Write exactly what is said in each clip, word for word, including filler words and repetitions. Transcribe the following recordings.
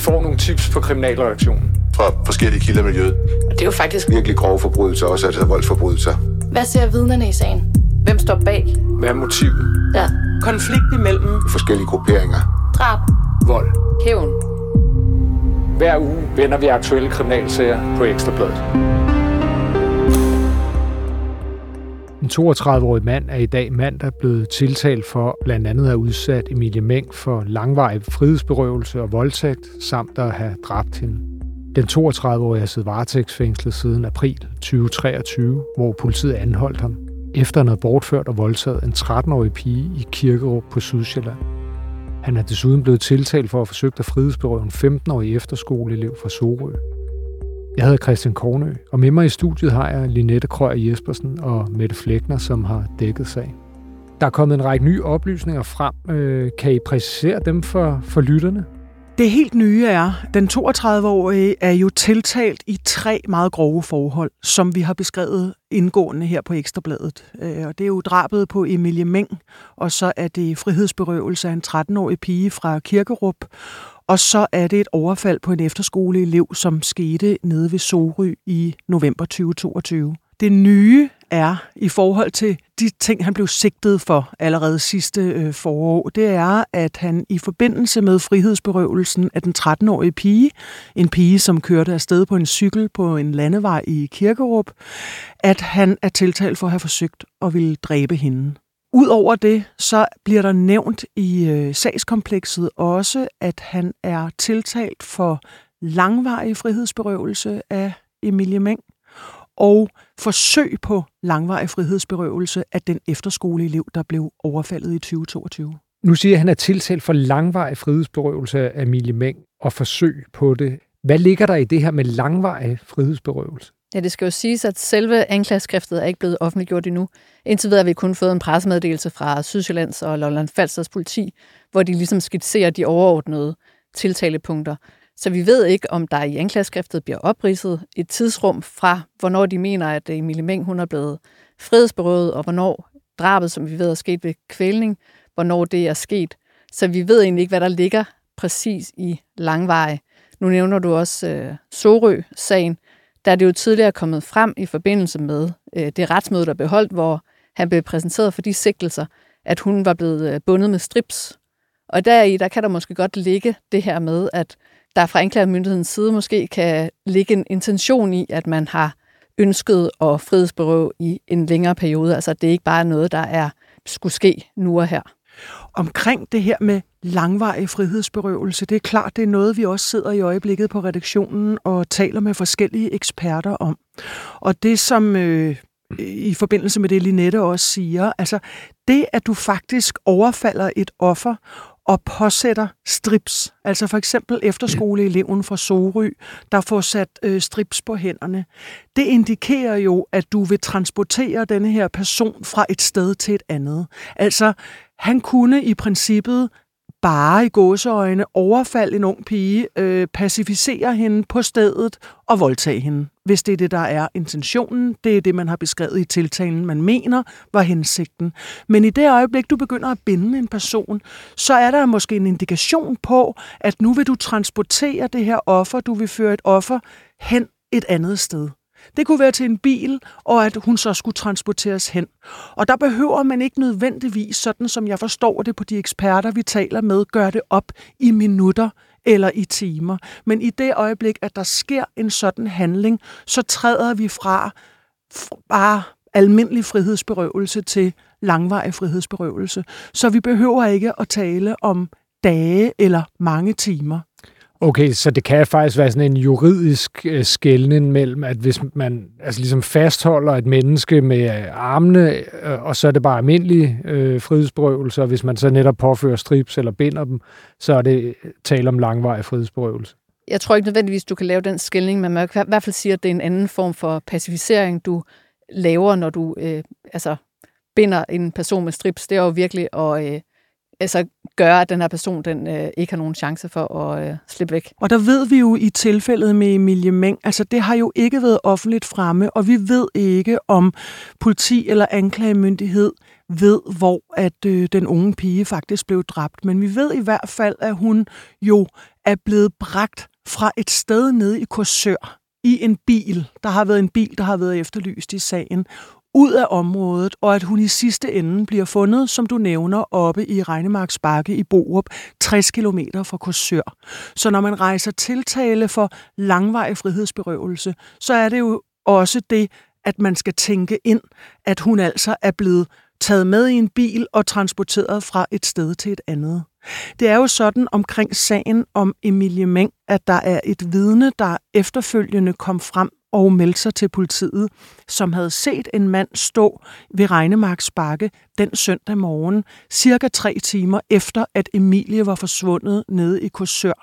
får nogle tips på kriminalreaktionen fra forskellige kilder i miljøet. Og det er jo faktisk virkelig grove forbrydelser, også altså voldsforbrydelser. Hvad ser vidnerne i sagen? Hvem står bag? Hvad er motivet? Ja. Konflikt imellem forskellige grupperinger. Drab. Vold. Hævn. Hver uge vender vi aktuelle kriminalsager på Ekstra Bladet. En toogtredive-årig mand er i dag mandag blevet tiltalt for blandt andet at have udsat Emilie Meng for langvarig frihedsberøvelse og voldtægt, samt at have dræbt hende. Den toogtredive-årige har siddet varetægtsfængslet siden april tyve treogtyve, hvor politiet anholdt ham, efter han havde bortført og voldtaget en tretten-årig pige i Kirkerup på Sydsjælland. Han er desuden blevet tiltalt for at have forsøgt at frihedsberøve en femten-årig efterskoleelev fra Sorø. Jeg hedder Christian Kornø, og med mig i studiet har jeg Linette Krøyer Jespersen og Mette Fleckner, som har dækket sagen. Der er kommet en række nye oplysninger frem. Kan I præcisere dem for, for lytterne? Det helt nye er, den toogtredive-årige er jo tiltalt i tre meget grove forhold, som vi har beskrevet indgående her på Ekstra Bladet. Og det er jo drabet på Emilie Meng, og så er det frihedsberøvelse af en tretten-årig pige fra Kirkerup, og så er det et overfald på en efterskoleelev, som skete nede ved Sorø i november tyve toogtyve. Det nye er, i forhold til de ting, han blev sigtet for allerede sidste øh, forår, det er, at han i forbindelse med frihedsberøvelsen af den tretten-årige pige, en pige, som kørte afsted på en cykel på en landevej i Kirkerup, at han er tiltalt for at have forsøgt at ville dræbe hende. Udover det, så bliver der nævnt i øh, sagskomplekset også, at han er tiltalt for langvarig frihedsberøvelse af Emilie Meng og forsøg på langvarig frihedsberøvelse af den efterskoleelev, der blev overfaldet i tyve toogtyve. Nu siger jeg, at han er tiltalt for langvarig frihedsberøvelse af Emilie Meng og forsøg på det. Hvad ligger der i det her med langvarig frihedsberøvelse? Ja, det skal jo siges, at selve anklageskriftet er ikke blevet offentliggjort endnu. Indtil videre har vi kun fået en pressemeddelelse fra Sydsjællands og Lolland-Falsters politi, hvor de ligesom skitserer de overordnede tiltalepunkter. Så vi ved ikke, om der i anklageskriftet bliver opridset et tidsrum fra, hvornår de mener, at Emilie Meng hun er blevet frihedsberøvet, og hvornår drabet, som vi ved er sket ved kvælning, hvornår det er sket. Så vi ved egentlig ikke, hvad der ligger præcis i langvarig. Nu nævner du også øh, Sorø-sagen. Der er det jo tidligere kommet frem i forbindelse med øh, det retsmøde, der blev holdt, hvor han blev præsenteret for de sigtelser, at hun var blevet øh, bundet med strips. Og deri, der kan der måske godt ligge det her med, at der fra anklagemyndighedens side måske kan ligge en intention i, at man har ønsket at frihedsberøve i en længere periode. Altså, det er ikke bare noget, der er skulle ske nu og her. Omkring det her med langvarig frihedsberøvelse, det er klart, det er noget, vi også sidder i øjeblikket på redaktionen og taler med forskellige eksperter om. Og det, som øh, i forbindelse med det, Linette også siger, altså det, at du faktisk overfalder et offer og påsætter strips, altså for eksempel efterskoleeleven fra Sorø, der får sat øh, strips på hænderne, det indikerer jo, at du vil transportere denne her person fra et sted til et andet. Altså, han kunne i princippet bare i gåseøjne overfalde en ung pige, øh, pacificere hende på stedet og voldtage hende, hvis det er det, der er intentionen. Det er det, man har beskrevet i tiltalen, man mener var hensigten. Men i det øjeblik, du begynder at binde en person, så er der måske en indikation på, at nu vil du transportere det her offer, du vil føre et offer hen et andet sted. Det kunne være til en bil, og at hun så skulle transporteres hen. Og der behøver man ikke nødvendigvis, sådan som jeg forstår det på de eksperter, vi taler med, gøre det op i minutter eller i timer. Men i det øjeblik, at der sker en sådan handling, så træder vi fra bare almindelig frihedsberøvelse til langvarig frihedsberøvelse. Så vi behøver ikke at tale om dage eller mange timer. Okay, så det kan faktisk være sådan en juridisk øh, skelnen mellem, at hvis man altså ligesom fastholder et menneske med armene, øh, og så er det bare almindelig øh, frihedsberøvelse, og hvis man så netop påfører strips eller binder dem, så er det tale om langvarig frihedsberøvelse. Jeg tror ikke nødvendigvis, du kan lave den skelning, men man kan i hvert fald sige, at det er en anden form for pacificering, du laver, når du øh, altså binder en person med strips. Det er jo virkelig at øh, altså gøre, at den her person den, øh, ikke har nogen chance for at øh, slippe væk. Og der ved vi jo i tilfældet med Emilie Meng, altså det har jo ikke været offentligt fremme, og vi ved ikke, om politi eller anklagemyndighed ved, hvor at øh, den unge pige faktisk blev dræbt. Men vi ved i hvert fald, at hun jo er blevet bragt fra et sted nede i Korsør i en bil. Der har været en bil, der har været efterlyst i sagen, ud af området, og at hun i sidste ende bliver fundet, som du nævner, oppe i Regnemarks Bakke i Borup, tres kilometer fra Korsør. Så når man rejser tiltale for langvarig frihedsberøvelse, så er det jo også det, at man skal tænke ind, at hun altså er blevet taget med i en bil og transporteret fra et sted til et andet. Det er jo sådan omkring sagen om Emilie Meng, at der er et vidne, der efterfølgende kom frem og meldte sig til politiet, som havde set en mand stå ved Regnemarks Bakke den søndag morgen, cirka tre timer efter, at Emilie var forsvundet nede i Korsør.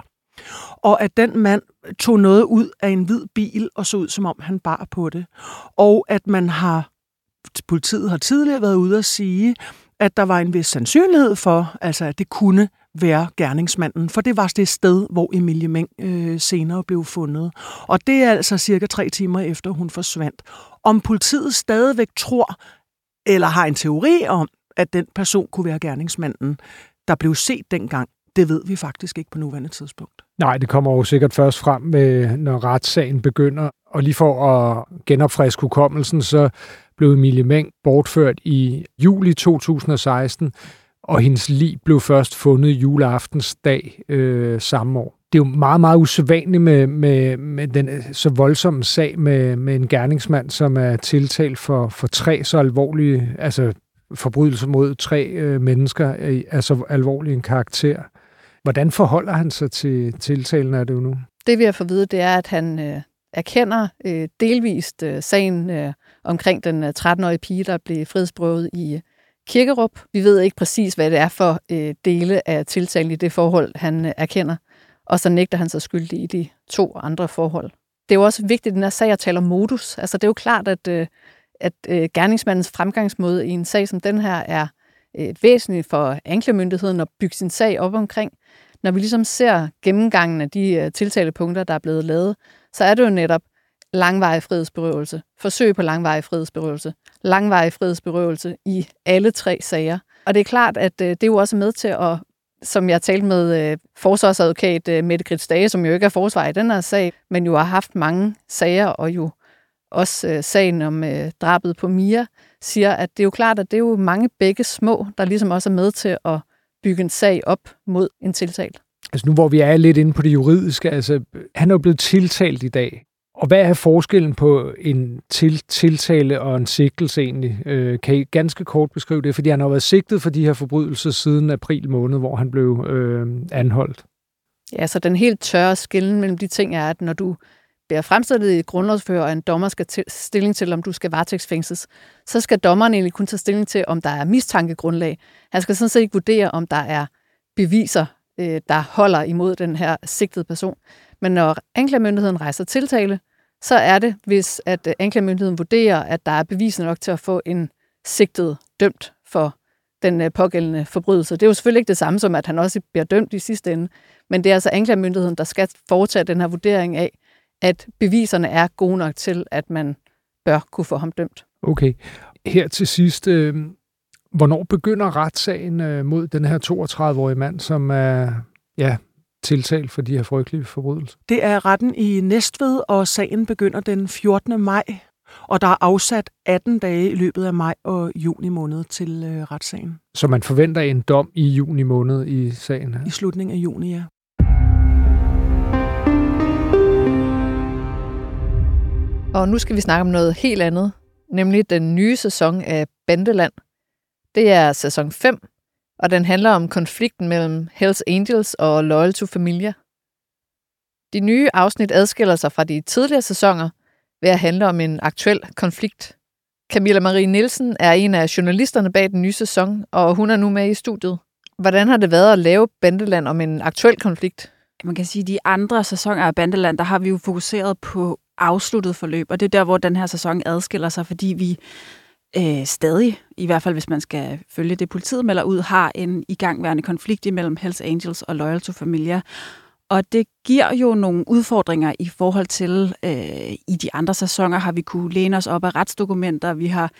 Og at den mand tog noget ud af en hvid bil og så ud, som om han bar på det. Og at man har, politiet har tidligere været ude at sige, at der var en vis sandsynlighed for, altså at det kunne være gerningsmanden, for det var det sted, hvor Emilie Meng øh, senere blev fundet. Og det er altså cirka tre timer efter, hun forsvandt. Om politiet stadigvæk tror, eller har en teori om, at den person kunne være gerningsmanden, der blev set dengang, det ved vi faktisk ikke på nuværende tidspunkt. Nej, det kommer jo sikkert først frem, med, når retssagen begynder. Og lige for at genopfriske hukommelsen, så blev Emilie Meng bortført i juli to tusind og seksten, og hendes lig blev først fundet juleaftensdag øh, samme år. Det er jo meget, meget usædvanligt med, med, med den så voldsomme sag med, med en gerningsmand, som er tiltalt for, for tre så alvorlige, altså forbrydelser mod tre øh, mennesker af så alvorlig en karakter. Hvordan forholder han sig til tiltalen af det jo nu? Det vi har fået at vide, det er, at han øh, erkender øh, delvist øh, sagen øh, omkring den øh, tretten-årige pige, der blev frihedsberøvet i øh, Kirkerup. Vi ved ikke præcis, hvad det er for øh, dele af tiltalen i det forhold, han øh, erkender. Og så nægter han sig skyldig i de to andre forhold. Det er jo også vigtigt, at den her sag at tale om modus. Altså det er jo klart, at, øh, at øh, gerningsmandens fremgangsmåde i en sag som den her er øh, væsentligt for anklagemyndigheden at bygge sin sag op omkring. Når vi ligesom ser gennemgangen af de øh, tiltalepunkter, der er blevet lavet, så er det jo netop langvarig frihedsberøvelse, forsøg på langvarig frihedsberøvelse, langvarig frihedsberøvelse i alle tre sager. Og det er klart, at øh, det er jo også med til at, som jeg talte med øh, forsvarsadvokat øh, Mette Grits Dage, som jo ikke er forsvar i den her sag, men jo har haft mange sager, og jo også øh, sagen om øh, drabet på Mia, siger, at det er jo klart, at det er jo mange begge små, der ligesom også er med til at bygge en sag op mod en tiltalt. Altså nu hvor vi er lidt inde på det juridiske, altså han er jo blevet tiltalt i dag. Og hvad er forskellen på en til, tiltale og en sigtelse egentlig? Øh, kan I ganske kort beskrive det? Fordi han har været sigtet for de her forbrydelser siden april måned, hvor han blev øh, anholdt. Ja, så den helt tørre skelnen mellem de ting er, at når du bliver fremstillet i grundlovsfører, og en dommer skal tage stilling til, om du skal varetægtsfængsles, så skal dommeren egentlig kun tage stilling til, om der er mistankegrundlag. Han skal sådan set ikke vurdere, om der er beviser, øh, der holder imod den her sigtede person. Men når anklagemyndigheden rejser tiltale, så er det, hvis at anklagemyndigheden vurderer, at der er beviser nok til at få en sigtet dømt for den pågældende forbrydelse. Det er jo selvfølgelig ikke det samme som, at han også bliver dømt i sidste ende, men det er altså anklagemyndigheden, der skal foretage den her vurdering af, at beviserne er gode nok til, at man bør kunne få ham dømt. Okay. Her til sidst, øh, hvornår begynder retssagen øh, mod den her toogtredive-årige mand, som er ja, tiltalt for de her frygtelige forbrydelser? Det er retten i Næstved, og sagen begynder den fjortende maj, og der er afsat atten dage i løbet af maj og juni måned til øh, retssagen. Så man forventer en dom i juni måned i sagen her? I slutningen af juni, ja. Og nu skal vi snakke om noget helt andet, nemlig den nye sæson af Bandeland. Det er sæson fem, og den handler om konflikten mellem Hells Angels og Loyal to Familia. De nye afsnit adskiller sig fra de tidligere sæsoner ved at handle om en aktuel konflikt. Camilla Marie Nielsen er en af journalisterne bag den nye sæson, og hun er nu med i studiet. Hvordan har det været at lave Bandeland om en aktuel konflikt? Man kan sige, at de andre sæsoner af Bandeland, der har vi jo fokuseret på afsluttet forløb, og det er der, hvor den her sæson adskiller sig, fordi vi øh, stadig, i hvert fald hvis man skal følge det, politiet melder ud, har en igangværende konflikt imellem Hells Angels og Loyal to Familia. Og det giver jo nogle udfordringer i forhold til, øh, i de andre sæsoner har vi kunne læne os op af retsdokumenter, vi har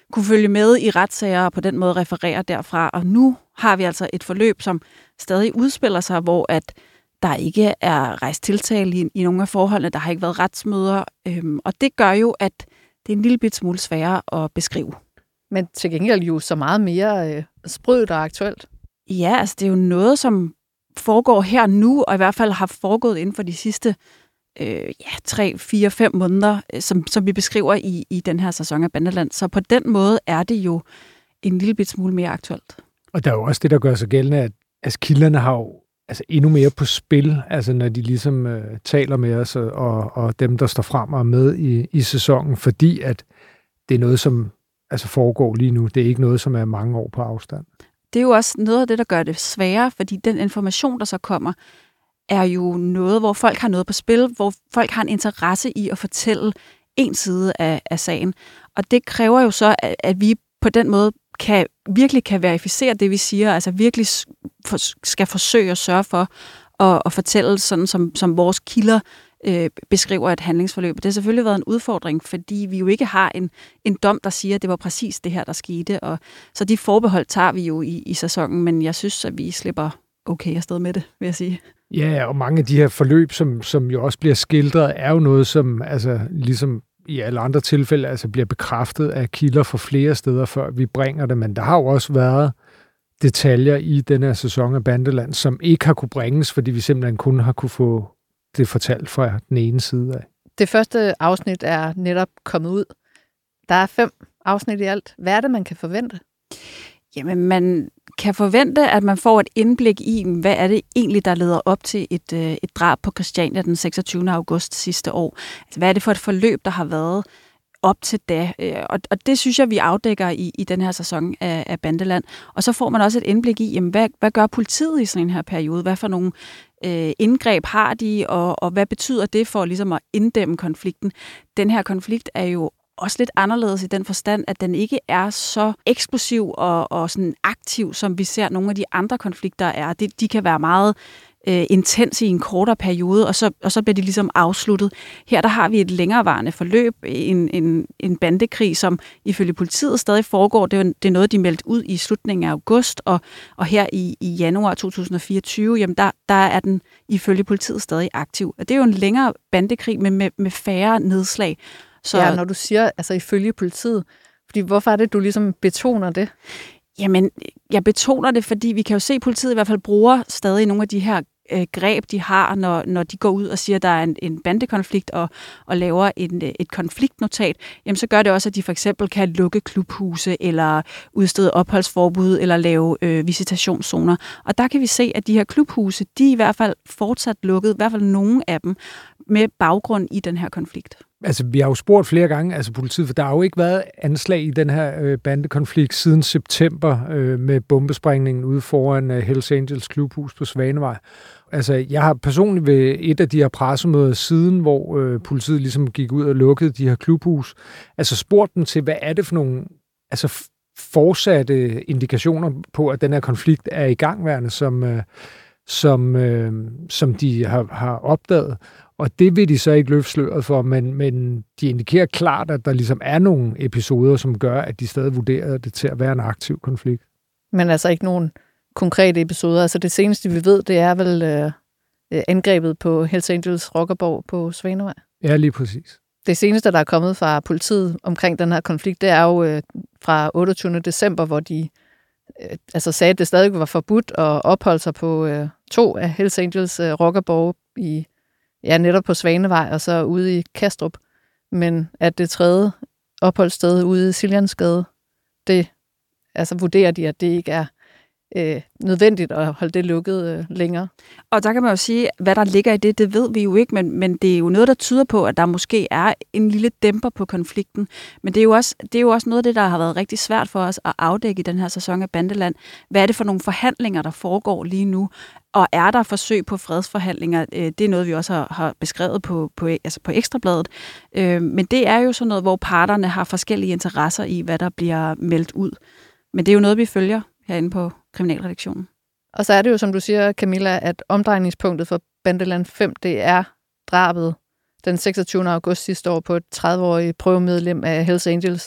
kunne følge med i retssager og på den måde referere derfra. Og nu har vi altså et forløb, som stadig udspiller sig, hvor at der ikke er rejst tiltale i, i nogle af forholdene, der har ikke været retsmøder, øhm, og det gør jo, at det er en lille bit smule sværere at beskrive. Men til gengæld jo så meget mere øh, sprødt og aktuelt. Ja, altså det er jo noget, som foregår her nu, og i hvert fald har foregået inden for de sidste øh, ja, tre, fire, fem måneder, som, som vi beskriver i, i den her sæson af Bandeland. Så på den måde er det jo en lille bit smule mere aktuelt. Og der er jo også det, der gør sig gældende, at altså, kilderne har jo altså, endnu mere på spil, altså når de ligesom øh, taler med os, og, og dem, der står frem og er med i, i sæsonen, fordi at det er noget, som altså, foregår lige nu. Det er ikke noget, som er mange år på afstand. Det er jo også noget af det, der gør det sværere, fordi den information, der så kommer, er jo noget, hvor folk har noget på spil, hvor folk har en interesse i at fortælle en side af, af sagen. Og det kræver jo så, at, at vi på den måde kan, virkelig kan verificere det, vi siger, altså virkelig for, skal forsøge at sørge for at, at fortælle sådan, som, som vores kilder øh, beskriver et handlingsforløb. Det har selvfølgelig været en udfordring, fordi vi jo ikke har en, en dom, der siger, at det var præcis det her, der skete. Og så de forbehold tager vi jo i, i sæsonen, men jeg synes, at vi slipper okay afsted med det, vil jeg sige. Ja, og mange af de her forløb, som, som jo også bliver skildret, er jo noget, som altså ligesom i alle andre tilfælde altså bliver bekræftet af kilder fra flere steder, før vi bringer det. Men der har jo også været detaljer i den her sæson af Bandeland, som ikke har kunne bringes, fordi vi simpelthen kun har kunne få det fortalt fra den ene side af. Det første afsnit er netop kommet ud. Der er fem afsnit i alt. Hvad er det, man kan forvente? Jamen, man kan forvente, at man får et indblik i, hvad er det egentlig, der leder op til et, et drab på Christiania den seksogtyvende august sidste år. Altså, hvad er det for et forløb, der har været op til da? Og, og det synes jeg, vi afdækker i, i den her sæson af, af Bandeland. Og så får man også et indblik i, jamen, hvad, hvad gør politiet i sådan en her periode? Hvad for nogle øh, indgreb har de, og, og hvad betyder det for ligesom at inddæmme konflikten? Den her konflikt er jo også lidt anderledes i den forstand, at den ikke er så eksplosiv og, og sådan aktiv, som vi ser nogle af de andre konflikter er. De, de kan være meget øh, intense i en kortere periode, og så, og så bliver de ligesom afsluttet. Her der har vi et længerevarende forløb, en, en, en bandekrig, som ifølge politiet stadig foregår. Det er, det er noget, de meldte ud i slutningen af august, og, og her i, i januar to tusind og fireogtyve, jamen der, der er den ifølge politiet stadig aktiv. Og det er jo en længere bandekrig med, med, med færre nedslag. Så ja, når du siger, altså ifølge politiet, fordi hvorfor er det, du ligesom betoner det? Jamen, jeg betoner det, fordi vi kan jo se, at politiet i hvert fald bruger stadig nogle af de her øh, greb, de har, når, når de går ud og siger, at der er en, en bandekonflikt og, og laver en, et konfliktnotat. Jamen, så gør det også, at de for eksempel kan lukke klubhuse, eller udstede opholdsforbud, eller lave øh, visitationszoner. Og der kan vi se, at de her klubhuse, de er i hvert fald fortsat lukket, i hvert fald nogle af dem, med baggrund i den her konflikt. Altså, vi har jo spurgt flere gange, altså politiet, for der har jo ikke været anslag i den her øh, bandekonflikt siden september øh, med bombesprængningen ude foran øh, Hells Angels klubhus på Svanevej. Altså, jeg har personligt ved et af de her pressemøder siden, hvor øh, politiet ligesom gik ud og lukkede de her klubhus, altså spurgt dem til, hvad er det for nogle altså, fortsatte indikationer på, at den her konflikt er i gangværende, som, øh, som, øh, som de har, har opdaget. Og det vil de så ikke løfte sløret for, men, men de indikerer klart, at der ligesom er nogle episoder, som gør, at de stadig vurderer det til at være en aktiv konflikt. Men altså ikke nogen konkrete episoder. Altså det seneste, vi ved, det er vel øh, angrebet på Hells Angels rockerborg på Svanevej. Ja, lige præcis. Det seneste, der er kommet fra politiet omkring den her konflikt, det er jo øh, fra otteogtyvende december, hvor de øh, altså sagde, at det stadig var forbudt at opholde sig på øh, to af Hells Angels øh, rockerborge i ja, netop på Svanevej og så ude i Kastrup. Men at det tredje opholdssted ude i Siljansgade, det altså vurderer de, at det ikke er øh, nødvendigt at holde det lukket øh, længere. Og der kan man jo sige, hvad der ligger i det, det ved vi jo ikke, men, men det er jo noget, der tyder på, at der måske er en lille dæmper på konflikten. Men det er jo også, det er jo også noget af det, der har været rigtig svært for os at afdække i den her sæson af Bandeland. Hvad er det for nogle forhandlinger, der foregår lige nu? Og er der forsøg på fredsforhandlinger? Det er noget, vi også har, har beskrevet på, på, altså på Ekstrabladet. Men det er jo sådan noget, hvor parterne har forskellige interesser i, hvad der bliver meldt ud. Men det er jo noget, vi følger herinde på Kriminalredaktionen. Og så er det jo, som du siger, Camilla, at omdrejningspunktet for Bandeland fem, det er drabet den seksogtyvende august sidste år på et tredive-årigt prøvemedlem af Hells Angels,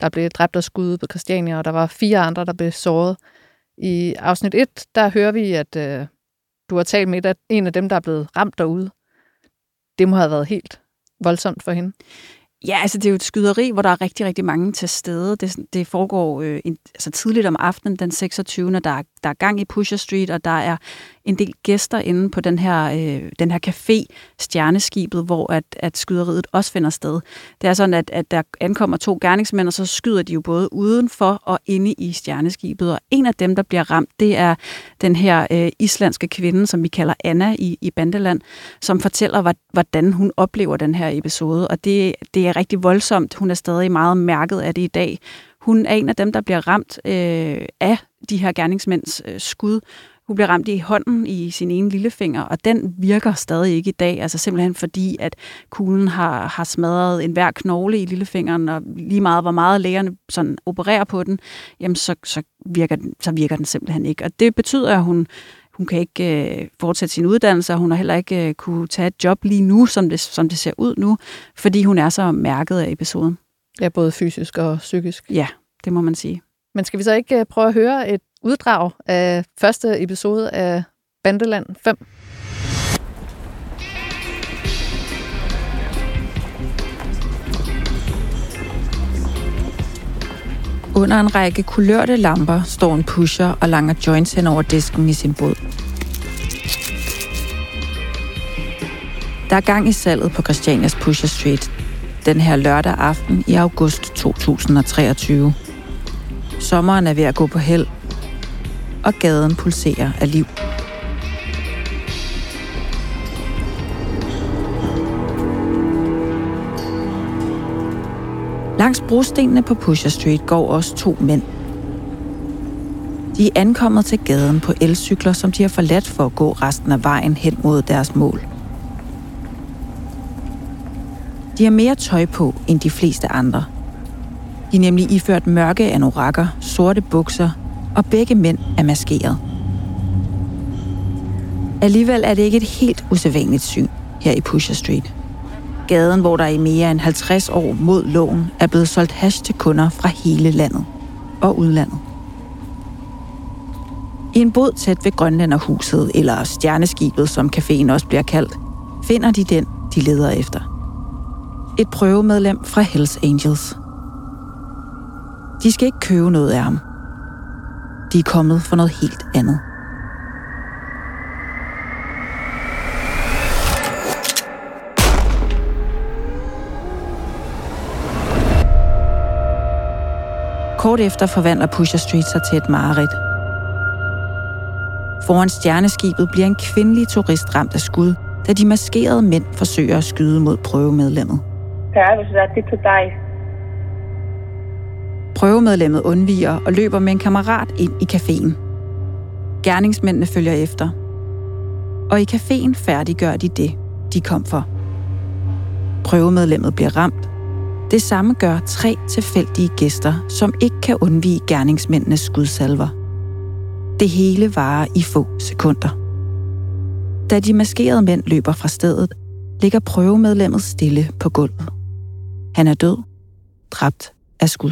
der blev dræbt af skud på Christiania, og der var fire andre, der blev såret. I afsnit et, der hører vi, at øh, du har talt med en af dem, der er blevet ramt derude. Det må have været helt voldsomt for hende. Ja, altså det er jo et skyderi, hvor der er rigtig, rigtig mange til stede. Det, det foregår øh, en, altså tidligt om aftenen, den seksogtyvende Der er, der er gang i Pusher Street, og der er en del gæster inde på den her, øh, den her café, Stjerneskibet, hvor at, at skyderiet også finder sted. Det er sådan, at, at der ankommer to gerningsmænd, og så skyder de jo både udenfor og inde i Stjerneskibet. Og en af dem, der bliver ramt, det er den her øh, islandske kvinde, som vi kalder Anna i, i Bandeland, som fortæller, hvordan hun oplever den her episode. Og det, det er rigtig voldsomt. Hun er stadig meget mærket af det i dag. Hun er en af dem, der bliver ramt øh, af de her gerningsmænds øh, skud. Hun bliver ramt i hånden i sin ene lillefinger, og den virker stadig ikke i dag, altså simpelthen fordi, at kuglen har, har smadret enhver knogle i lillefingeren, og lige meget, hvor meget lægerne sådan opererer på den, jamen så, så, virker den, så virker den simpelthen ikke. Og det betyder, at hun, hun kan ikke øh, fortsætte sin uddannelse, og hun har heller ikke øh, kunne tage et job lige nu, som det, som det ser ud nu, fordi hun er så mærket af episoden. Ja, både fysisk og psykisk. Ja, det må man sige. Men skal vi så ikke prøve at høre et uddrag af første episode af Bandeland fem? Under en række kulørte lamper står en pusher og langer joints hen over disken i sin båd. Der er gang i salget på Christianias Pusher Street den her lørdag aften i august to tusind og treogtyve. Sommeren er ved at gå på held, og gaden pulserer af liv. Langs brostenene på Pusher Street går også to mænd. De er ankommet til gaden på elcykler, som de har forladt for at gå resten af vejen hen mod deres mål. De har mere tøj på end de fleste andre. De er nemlig iført mørke anorakker, sorte bukser, og begge mænd er maskeret. Alligevel er det ikke et helt usædvanligt syn her i Pusher Street. Gaden, hvor der i mere end halvtreds år mod loven er blevet solgt hash til kunder fra hele landet og udlandet. I en båd tæt ved Grønlænderhuset, eller Stjerneskibet, som caféen også bliver kaldt, finder de den, de leder efter. Et prøvemedlem fra Hells Angels. De skal ikke købe noget af ham. De er kommet for noget helt andet. Kort efter forvandler Pusher Street sig til et mareridt. Foran Stjerneskibet bliver en kvindelig turist ramt af skud, da de maskerede mænd forsøger at skyde mod prøvemedlemmet. Prøvemedlemmet undviger og løber med en kammerat ind i caféen. Gerningsmændene følger efter. Og i caféen færdiggør de det, de kom for. Prøvemedlemmet bliver ramt. Det samme gør tre tilfældige gæster, som ikke kan undvige gerningsmændenes skudsalver. Det hele varer i få sekunder. Da de maskerede mænd løber fra stedet, ligger prøvemedlemmet stille på gulvet. Han er død, dræbt af skud.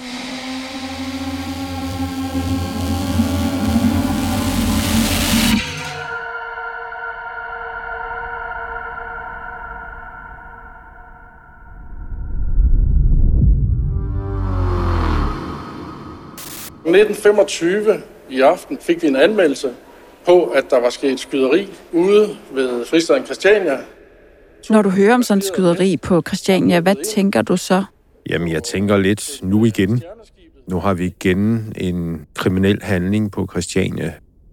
nitten femogtyve i aften fik vi en anmeldelse på, at der var sket skyderi ude ved fristaden Christiania. Når du hører om sådan et skyderi på Christiania, hvad tænker du så? Jamen, jeg tænker lidt nu igen. Nu har vi igen en kriminel handling på Christiania.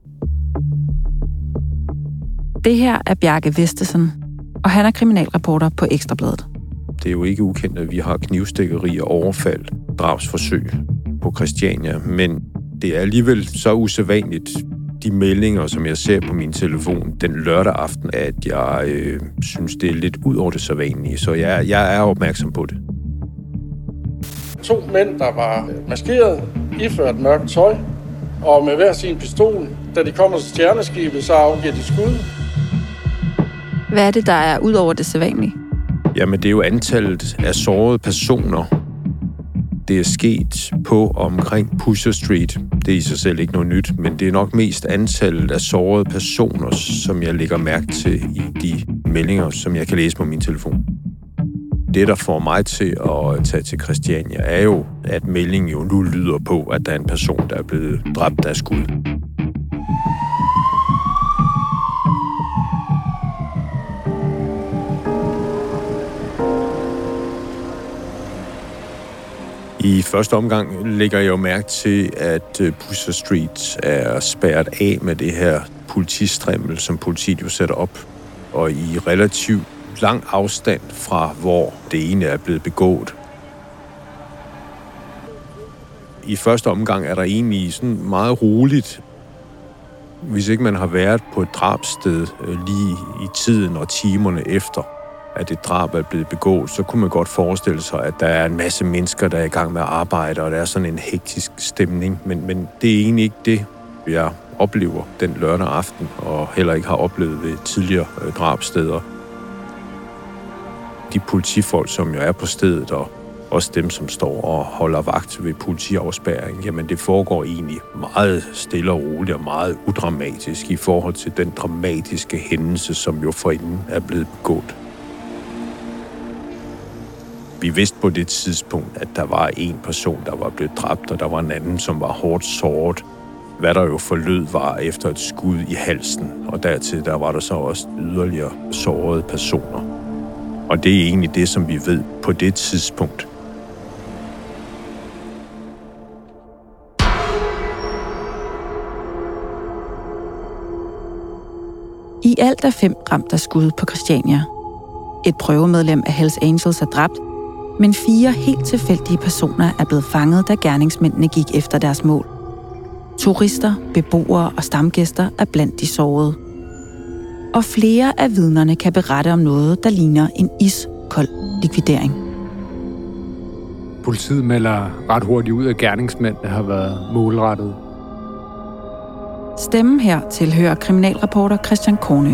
Det her er Bjarke Vestesen, og han er kriminalreporter på Ekstra Bladet. Det er jo ikke ukendt, at vi har knivstikkerier, overfald, drabsforsøg på Christiania, men det er alligevel så usædvanligt, de meldinger, som jeg ser på min telefon den lørdag aften, at jeg øh, synes, det er lidt ud over det sædvanlige, så jeg, jeg er opmærksom på det. To mænd, der var maskeret, iført mørkt tøj, og med hver sin pistol. Da de kommer til Stjerneskibet, så afgiver de skud. Hvad er det, der er ud over det sædvanlige? Jamen, det er jo antallet af sårede personer. Det er sket på omkring Pusher Street. Det er i sig selv ikke noget nyt, men det er nok mest antallet af sårede personer, som jeg lægger mærke til i de meldinger, som jeg kan læse på min telefon. Det, der får mig til at tage til Christiania, er jo, at meldingen jo nu lyder på, at der er en person, der er blevet dræbt af skud. I første omgang lægger jeg jo mærke til, at Pusher Street er spærret af med det her politistrimmel, som politiet jo sætter op. Og i relativt lang afstand fra, hvor det ene er blevet begået. I første omgang er der egentlig sådan meget roligt. Hvis ikke man har været på et drabsted lige i tiden og timerne efter, at et drab er blevet begået, så kunne man godt forestille sig, at der er en masse mennesker, der er i gang med at arbejde, og der er sådan en hektisk stemning. Men, men det er egentlig ikke det, jeg oplever den lørdag aften, og heller ikke har oplevet ved tidligere drabsteder. De politifolk, som jo er på stedet, og også dem, som står og holder vagt ved politiafspærring, jamen det foregår egentlig meget stille og roligt og meget udramatisk i forhold til den dramatiske hændelse, som jo forinden er blevet begået. Vi vidste på det tidspunkt, at der var en person, der var blevet dræbt, og der var en anden, som var hårdt såret. Hvad der jo forlød var efter et skud i halsen, og dertil der var der så også yderligere sårede personer. Og det er egentlig det, som vi ved på det tidspunkt. I alt er fem ramt af skud på Christiania. Et prøvemedlem af Hells Angels er dræbt, men fire helt tilfældige personer er blevet fanget, da gerningsmændene gik efter deres mål. Turister, beboere og stamgæster er blandt de sårede. Og flere af vidnerne kan berette om noget, der ligner en iskold likvidering. Politiet melder ret hurtigt ud, at gerningsmændene har været målrettet. Stemmen her tilhører kriminalreporter Christian Kornø.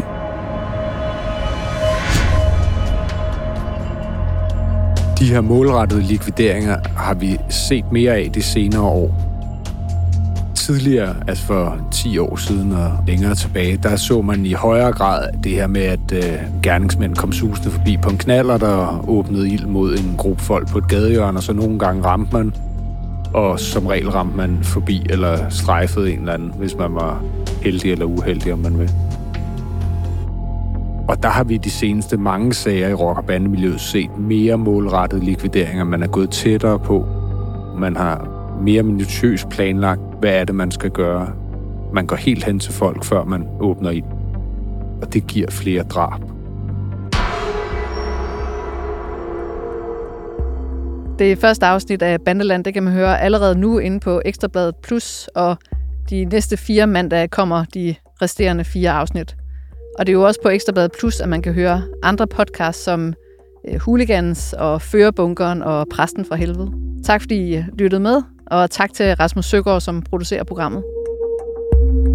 De her målrettede likvideringer har vi set mere af de senere år. Tidligere, altså for ti år siden og længere tilbage, der så man i højere grad det her med, at øh, gerningsmænd kom susende forbi på en knaller, der åbnede ild mod en gruppe folk på et gadehjørne, og så nogle gange ramte man, og som regel ramte man forbi eller strejfede en eller anden, hvis man var heldig eller uheldig, om man vil. Og der har vi de seneste mange sager i rock- og bandemiljøet set mere målrettede likvideringer. Man er gået tættere på. Man har mere minutiøst planlagt, hvad er det, man skal gøre. Man går helt hen til folk, før man åbner ild. Og det giver flere drab. Det første afsnit af Bandeland, det kan man høre allerede nu inde på Ekstrabladet Plus, og de næste fire mandage kommer de resterende fire afsnit. Og det er jo også på Ekstrabladet Plus, at man kan høre andre podcasts som Hooligans og Førerbunkeren og Præsten fra Helvede. Tak fordi I lyttede med, og tak til Rasmus Søgaard, som producerer programmet.